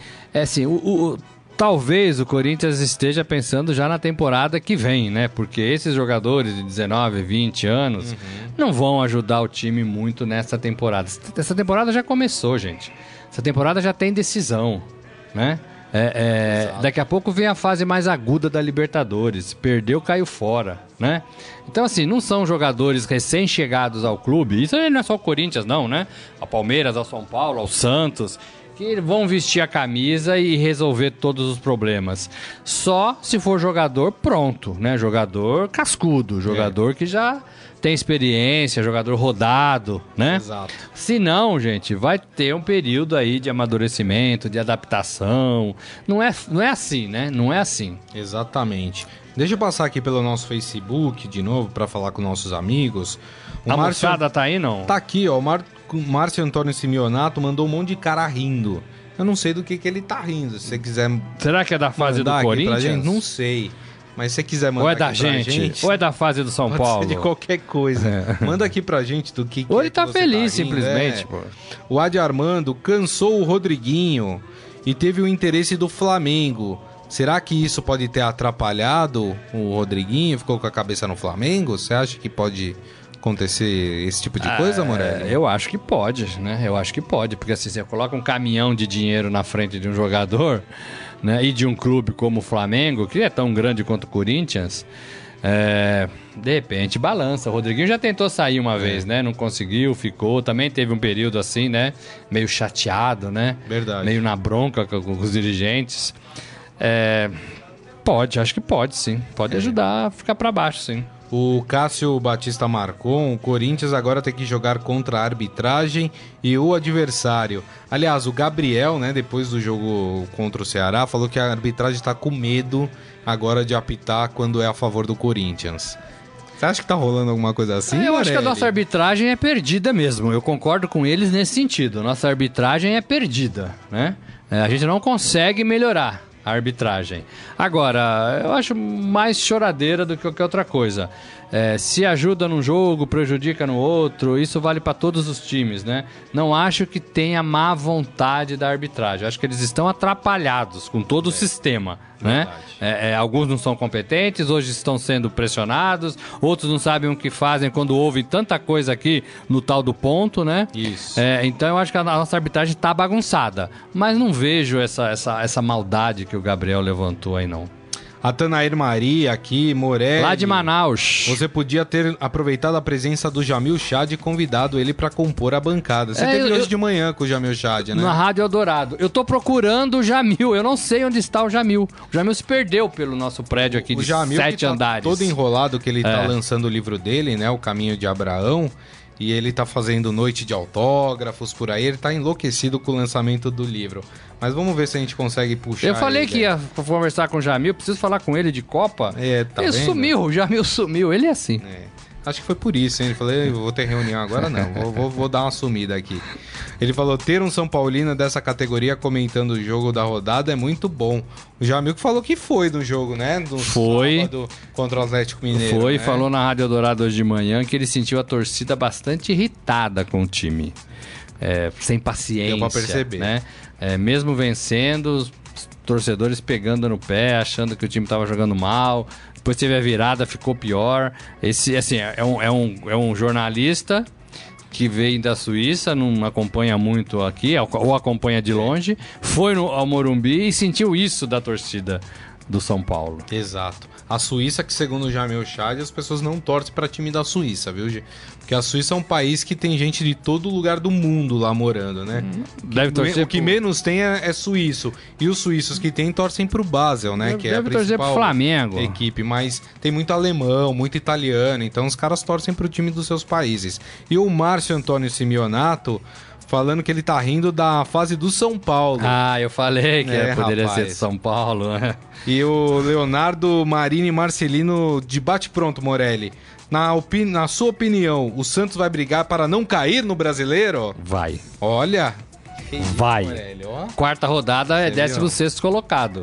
talvez o Corinthians esteja pensando já na temporada que vem, né? Porque esses jogadores de 19, 20 anos não vão ajudar o time muito nessa temporada. Essa temporada já começou, gente. Essa temporada já tem decisão, né? Daqui a pouco vem a fase mais aguda da Libertadores. Perdeu, caiu fora, né? Então, assim, não são jogadores recém-chegados ao clube. Isso aí não é só o Corinthians, não, né? Ao Palmeiras, ao São Paulo, ao Santos, que vão vestir a camisa e resolver todos os problemas. Só se for jogador pronto, né? Jogador cascudo, jogador que já tem experiência, jogador rodado, né?
Exato.
Se não, gente, vai ter um período aí de amadurecimento, de adaptação. Não é assim, né? Não é assim.
Exatamente. Deixa eu passar aqui pelo nosso Facebook de novo para falar com nossos amigos.
A moçada tá aí, não?
Tá aqui, ó. O Márcio Antônio Simeonato mandou um monte de cara rindo. Eu não sei do que ele tá rindo. Se você quiser...
Será que é da fase do Corinthians?
Gente, não sei. Mas se você quiser mandar
ou é da gente, ou é da fase do São Paulo.
Pode ser de qualquer coisa. Manda aqui pra gente do que
ou ele tá
que
feliz,
tá rindo,
simplesmente. Pô.
O Adi Armando cansou o Rodriguinho e teve o interesse do Flamengo. Será que isso pode ter atrapalhado o Rodriguinho? Ficou com a cabeça no Flamengo? Você acha que pode acontecer esse tipo de coisa, Morelli?
Eu acho que pode, né? Eu acho que pode. Porque assim, você coloca um caminhão de dinheiro na frente de um jogador... Né? E de um clube como o Flamengo, que é tão grande quanto o Corinthians, de repente balança. O Rodriguinho já tentou sair uma vez, né? Não conseguiu, ficou. Também teve um período assim, né? Meio chateado, né?
Verdade.
Meio na bronca com os dirigentes. Pode, acho que pode, sim. Pode ajudar a ficar pra baixo, sim.
O Cássio Batista Marcon, o Corinthians agora tem que jogar contra a arbitragem e o adversário. Aliás, o Gabriel, né, depois do jogo contra o Ceará, falou que a arbitragem está com medo agora de apitar quando é a favor do Corinthians. Você acha que tá rolando alguma coisa assim?
Eu acho que a nossa arbitragem é perdida mesmo. Eu concordo com eles nesse sentido. Nossa arbitragem é perdida, né? A gente não consegue melhorar a arbitragem. Agora, eu acho mais choradeira do que qualquer outra coisa. Se ajuda num jogo, prejudica no outro, isso vale para todos os times, né? Não acho que tenha má vontade da arbitragem. Acho que eles estão atrapalhados com todo o sistema, né? Alguns não são competentes, hoje estão sendo pressionados, outros não sabem o que fazem quando houve tanta coisa aqui no tal do ponto, né?
Isso.
Então eu acho que a nossa arbitragem está bagunçada, mas não vejo essa maldade que o Gabriel levantou aí, não.
A Tanair Maria aqui, Morelli.
Lá de Manaus.
Você podia ter aproveitado a presença do Jamil Chad e convidado ele para compor a bancada. Você teve hoje de manhã com o Jamil Chad, né?
Na Rádio Eldorado. Eu tô procurando o Jamil. Eu não sei onde está o Jamil. O Jamil se perdeu pelo nosso prédio aqui de 7 andares.
Todo enrolado que ele tá lançando o livro dele, né? O Caminho de Abraão. E ele tá fazendo noite de autógrafos por aí. Ele tá enlouquecido com o lançamento do livro. Mas vamos ver se a gente consegue puxar.
Eu falei que ia conversar com o Jamil. Preciso falar com ele de Copa.
Tá
ele
vendo?
sumiu. O Jamil sumiu. Ele é assim.
Acho que foi por isso, hein? Ele falou, eu vou ter reunião agora, não. Vou dar uma sumida aqui. Ele falou, ter um São Paulino dessa categoria comentando o jogo da rodada é muito bom. O Jamil que falou que foi do jogo, né? Do sábado contra o Atlético Mineiro.
Foi,
né?
falou na Rádio Eldorado hoje de manhã que ele sentiu a torcida bastante irritada com o time. Sem paciência.
Deu pra perceber.
Né? Mesmo vencendo, os torcedores pegando no pé, achando que o time estava jogando mal. Depois teve a virada, ficou pior. Esse, assim, é um jornalista que veio da Suíça, não acompanha muito aqui, ou acompanha de longe, foi ao Morumbi e sentiu isso da torcida do São Paulo.
Exato. A Suíça, que segundo o Jamil Chad, as pessoas não torcem para time da Suíça, viu? Porque a Suíça é um país que tem gente de todo lugar do mundo lá morando, né?
Deve torcer
o que menos tem é suíço. E os suíços que tem torcem pro Basel, né? Que é a principal
Flamengo.
equipe. Mas tem muito alemão, muito italiano. Então os caras torcem pro time dos seus países. E o Márcio Antônio Simeonato falando que ele tá rindo da fase do São Paulo.
Ah, eu falei que poderia ser de São Paulo.
E o Leonardo Marini Marcelino de bate-pronto, Morelli. Na sua opinião, o Santos vai brigar para não cair no Brasileiro?
Vai.
Olha.
Vai.
Morelli, ó.
Quarta rodada é 16º colocado.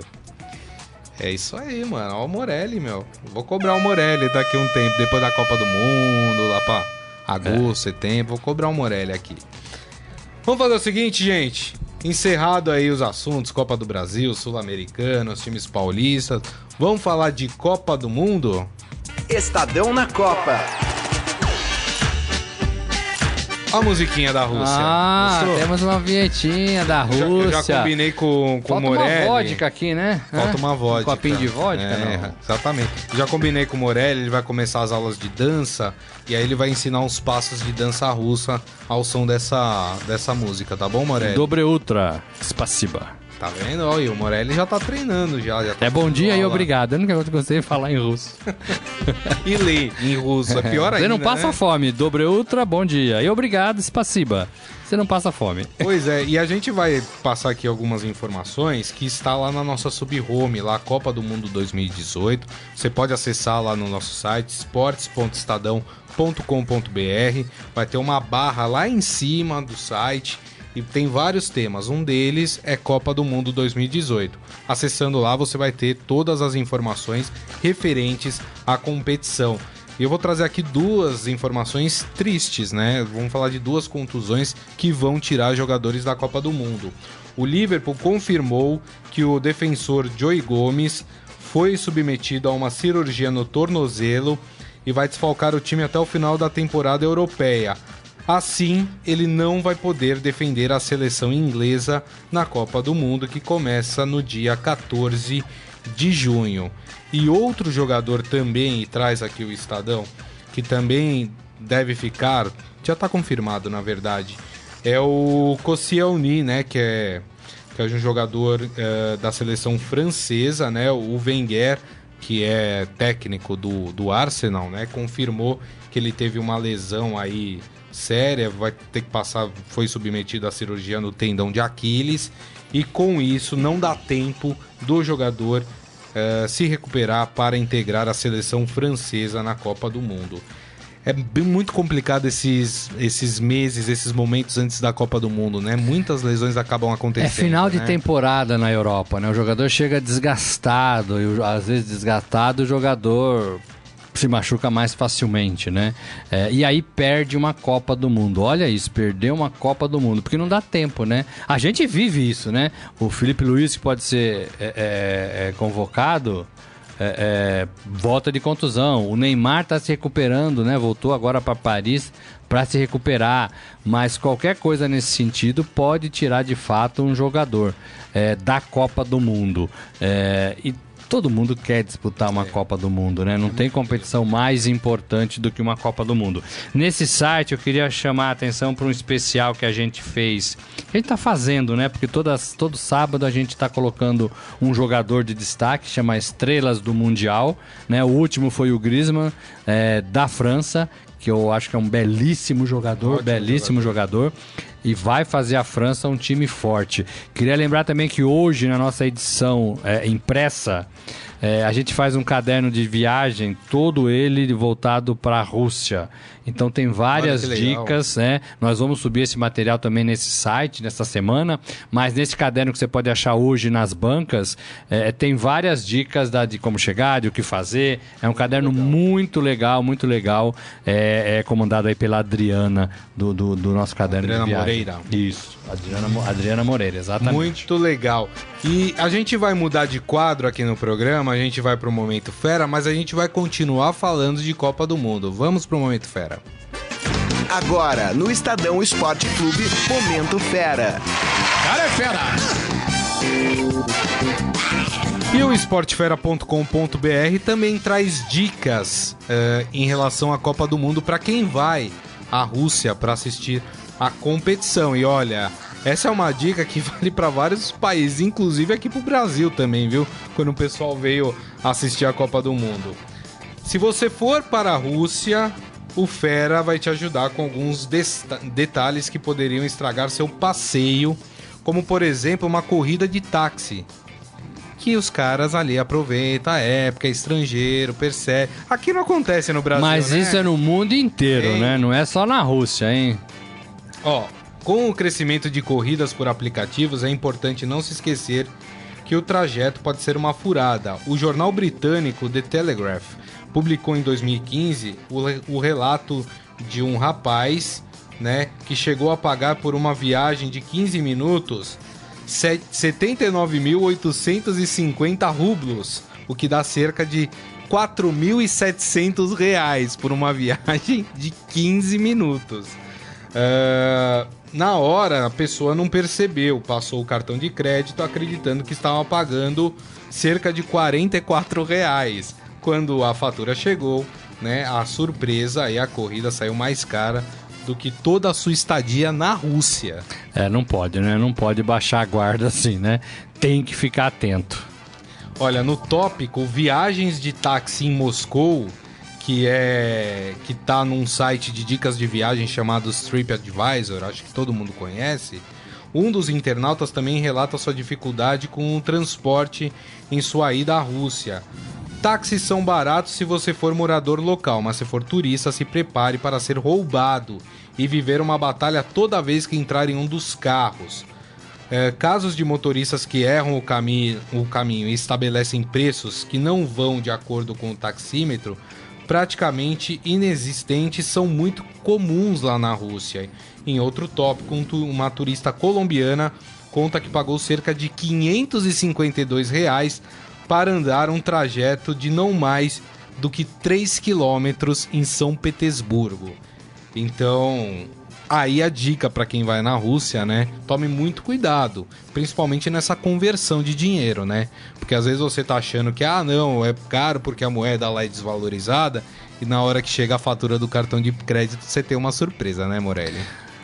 É isso aí, mano. Ó o Morelli, meu. Vou cobrar o Morelli daqui a um tempo, depois da Copa do Mundo, lá pra agosto, setembro. Vou cobrar o Morelli aqui. Vamos fazer o seguinte, gente. Encerrado aí os assuntos, Copa do Brasil, Sul-Americano, os times paulistas. Vamos falar de Copa do Mundo?
Estadão na Copa.
A musiquinha da Rússia.
Gostou? Temos uma vinhetinha da Rússia.
Eu já combinei com o Morelli.
Falta uma vodka aqui, né?
Falta uma vodka.
Um copinho de vodka, não?
Exatamente. Já combinei com o Morelli, ele vai começar as aulas de dança e aí ele vai ensinar uns passos de dança russa ao som dessa música, tá bom, Morelli?
Dobre Ultra, Spasiba.
Tá vendo? Olha, o Morelli já tá treinando, já tá
bom dia e obrigado. Eu nunca gostei de falar em russo.
E ler em russo, é pior ainda,
Você não passa
né?
fome. Dobre Ultra, bom dia. E obrigado, Spasiba. Você não passa fome.
Pois é, e a gente vai passar aqui algumas informações que está lá na nossa sub-home, lá Copa do Mundo 2018. Você pode acessar lá no nosso site, esportes.estadão.com.br. Vai ter uma barra lá em cima do site e tem vários temas. Um deles é Copa do Mundo 2018. Acessando lá você vai ter todas as informações referentes à competição. E eu vou trazer aqui duas informações tristes, né? Vamos falar de duas contusões que vão tirar jogadores da Copa do Mundo. O Liverpool confirmou que o defensor Joey Gomes foi submetido a uma cirurgia no tornozelo e vai desfalcar o time até o final da temporada europeia. Assim, ele não vai poder defender a seleção inglesa na Copa do Mundo, que começa no dia 14 de junho. E outro jogador também, e traz aqui o Estadão, que também deve ficar, já está confirmado na verdade, é o Koscielny, né, que é um jogador da seleção francesa, né, o Wenger que é técnico do Arsenal, né, confirmou que ele teve uma lesão aí séria, vai ter que passar, foi submetido à cirurgia no tendão de Aquiles, e com isso não dá tempo do jogador se recuperar para integrar a seleção francesa na Copa do Mundo. É muito complicado esses meses, esses momentos antes da Copa do Mundo, né? Muitas lesões acabam acontecendo.
É final de
né?
temporada na Europa, né? O jogador chega desgastado, e às vezes desgastado o jogador se machuca mais facilmente, né? E aí perde uma Copa do Mundo. Olha isso, perdeu uma Copa do Mundo, porque não dá tempo, né? A gente vive isso, né? O Felipe Luiz, que pode ser convocado, volta de contusão. O Neymar está se recuperando, né? Voltou agora para Paris para se recuperar. Mas qualquer coisa nesse sentido pode tirar de fato um jogador da Copa do Mundo. E todo mundo quer disputar uma Copa do Mundo, né? Não tem competição mais importante do que uma Copa do Mundo. Nesse site eu queria chamar a atenção para um especial que a gente fez. A gente tá fazendo, né? Porque todo sábado a gente tá colocando um jogador de destaque, chama Estrelas do Mundial, né? O último foi o Griezmann, da França, que eu acho que é um belíssimo jogador, jogador. E vai fazer a França um time forte. Queria lembrar também que hoje, na nossa edição impressa, a gente faz um caderno de viagem, todo ele voltado para a Rússia. Então tem várias dicas, né? Nós vamos subir esse material também nesse site, nessa semana, mas nesse caderno que você pode achar hoje nas bancas, tem várias dicas de como chegar, de o que fazer. É um caderno muito legal, muito legal. É comandado aí pela Adriana, do nosso caderno de viagem.
Moreira.
Isso, Adriana Moreira, exatamente.
Muito legal. E a gente vai mudar de quadro aqui no programa, a gente vai pro Momento Fera, mas a gente vai continuar falando de Copa do Mundo. Vamos pro Momento Fera.
Agora, no Estadão Esporte Clube, Momento Fera.
Cara é fera!
E o esportefera.com.br também traz dicas em relação à Copa do Mundo para quem vai à Rússia para assistir a competição. E olha, essa é uma dica que vale para vários países, inclusive aqui pro Brasil também, viu? Quando o pessoal veio assistir a Copa do Mundo. Se você for para a Rússia, o Fera vai te ajudar com alguns detalhes que poderiam estragar seu passeio, como por exemplo uma corrida de táxi, que os caras ali aproveitam a época, é estrangeiro, percebe. Aqui não acontece no Brasil,
mas
né?
Isso é no mundo inteiro, né? Não é só na Rússia, hein?
Ó, com o crescimento de corridas por aplicativos, é importante não se esquecer que o trajeto pode ser uma furada. O jornal britânico The Telegraph publicou em 2015 o relato de um rapaz, né, que chegou a pagar por uma viagem de 15 minutos 79.850 rublos, o que dá cerca de R$4.700 por uma viagem de 15 minutos. Na hora, a pessoa não percebeu, passou o cartão de crédito acreditando que estava pagando cerca de R$44. Quando a fatura chegou, né, a surpresa, aí a corrida saiu mais cara do que toda a sua estadia na Rússia.
Não pode, né? Não pode baixar a guarda assim, né? Tem que ficar atento.
Olha, no tópico Viagens de Táxi em Moscou, que tá num site de dicas de viagem chamado TripAdvisor, acho que todo mundo conhece, um dos internautas também relata sua dificuldade com o transporte em sua ida à Rússia. Táxis são baratos se você for morador local, mas se for turista, se prepare para ser roubado e viver uma batalha toda vez que entrar em um dos carros. Casos de motoristas que erram o caminho e estabelecem preços que não vão de acordo com o taxímetro, praticamente inexistentes, são muito comuns lá na Rússia. Em outro tópico, uma turista colombiana conta que pagou cerca de R$552 para andar um trajeto de não mais do que 3 quilômetros em São Petersburgo. Então, aí a dica para quem vai na Rússia, né? Tome muito cuidado, principalmente nessa conversão de dinheiro, né? Porque às vezes você tá achando que, não, é caro porque a moeda lá é desvalorizada, e na hora que chega a fatura do cartão de crédito você tem uma surpresa, né, Morelli?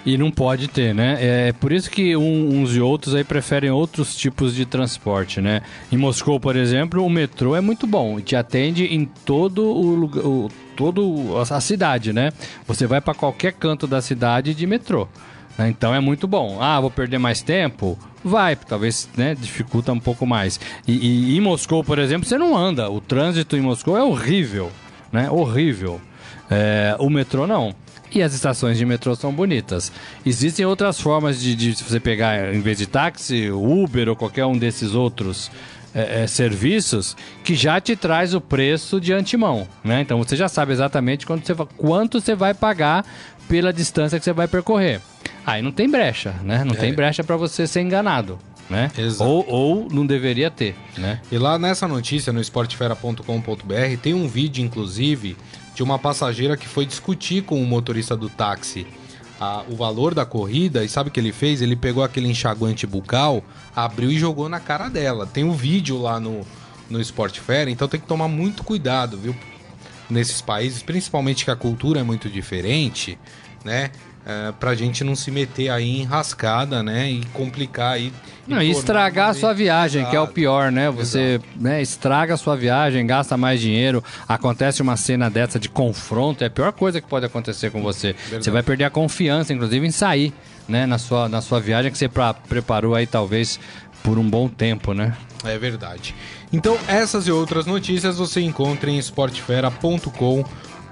E não pode ter, né? É por isso que uns e outros aí preferem outros tipos de transporte, né? Em Moscou, por exemplo, o metrô é muito bom e te atende em todo a cidade, né? Você vai para qualquer canto da cidade de metrô. Né? Então é muito bom. Ah, vou perder mais tempo? Vai, talvez, né, dificulta um pouco mais. E em Moscou, por exemplo, você não anda. O trânsito em Moscou é horrível, né? Horrível. O metrô não. E as estações de metrô são bonitas. Existem outras formas de você pegar, em vez de táxi, Uber ou qualquer um desses outros serviços, que já te traz o preço de antemão, né? Então você já sabe exatamente quanto você vai pagar pela distância que você vai percorrer. Aí não tem brecha, né? Não tem brecha para você ser enganado, né?
Exato.
Ou não deveria ter, né?
E lá nessa notícia, no esportefera.com.br, tem um vídeo, inclusive, de uma passageira que foi discutir com o motorista do táxi o valor da corrida, e sabe o que ele fez? Ele pegou aquele enxaguante bucal, abriu e jogou na cara dela. Tem um vídeo lá no Esportefera, então tem que tomar muito cuidado, viu? Nesses países, principalmente que a cultura é muito diferente, né? Pra gente não se meter aí em rascada, né? E complicar aí.
E estragar a sua viagem, que é o pior, né? Você, né, estraga a sua viagem, gasta mais dinheiro, acontece uma cena dessa de confronto, é a pior coisa que pode acontecer com você. Verdade. Você vai perder a confiança, inclusive, em sair, né? Na sua viagem que você preparou aí, talvez, por um bom tempo, né?
É verdade. Então, essas e outras notícias você encontra em esportefera.com.br.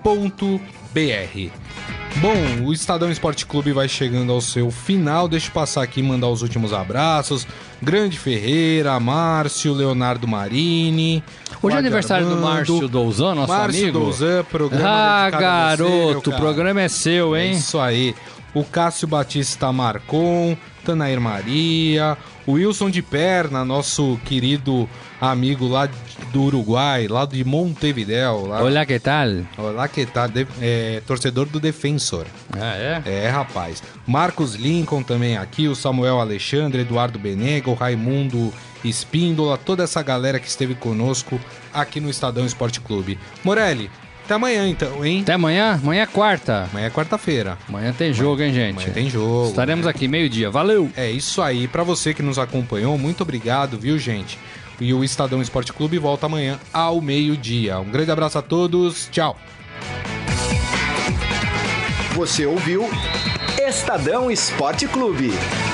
Bom, o Estadão Esporte Clube vai chegando ao seu final. Deixa eu passar aqui e mandar os últimos abraços. Grande Ferreira, Márcio, Leonardo Marini.
Hoje é aniversário do Márcio Douzan, nosso amigo.
Márcio Douzan, programa dedicado
garoto,
a você,
o programa é seu, hein?
É isso aí. O Cássio Batista Marcon, Tanair Maria, o Wilson de Perna, nosso querido amigo lá do Uruguai, lá de Montevidéu. Lá.
Olá, que tal?
Olá, que tal? Torcedor do Defensor.
Ah, é?
É, rapaz. Marcos Lincoln também aqui, o Samuel Alexandre, Eduardo Benega, o Raimundo Espíndola, toda essa galera que esteve conosco aqui no Estadão Esporte Clube. Morelli, até amanhã então, hein?
Até amanhã? Amanhã é quarta.
Amanhã é quarta-feira.
Amanhã tem jogo, hein, gente?
Amanhã tem jogo.
Estaremos aqui meio-dia. Valeu!
É isso aí. Pra você que nos acompanhou, muito obrigado, viu, gente? E o Estadão Esporte Clube volta amanhã ao meio-dia. Um grande abraço a todos. Tchau.
Você ouviu Estadão Esporte Clube.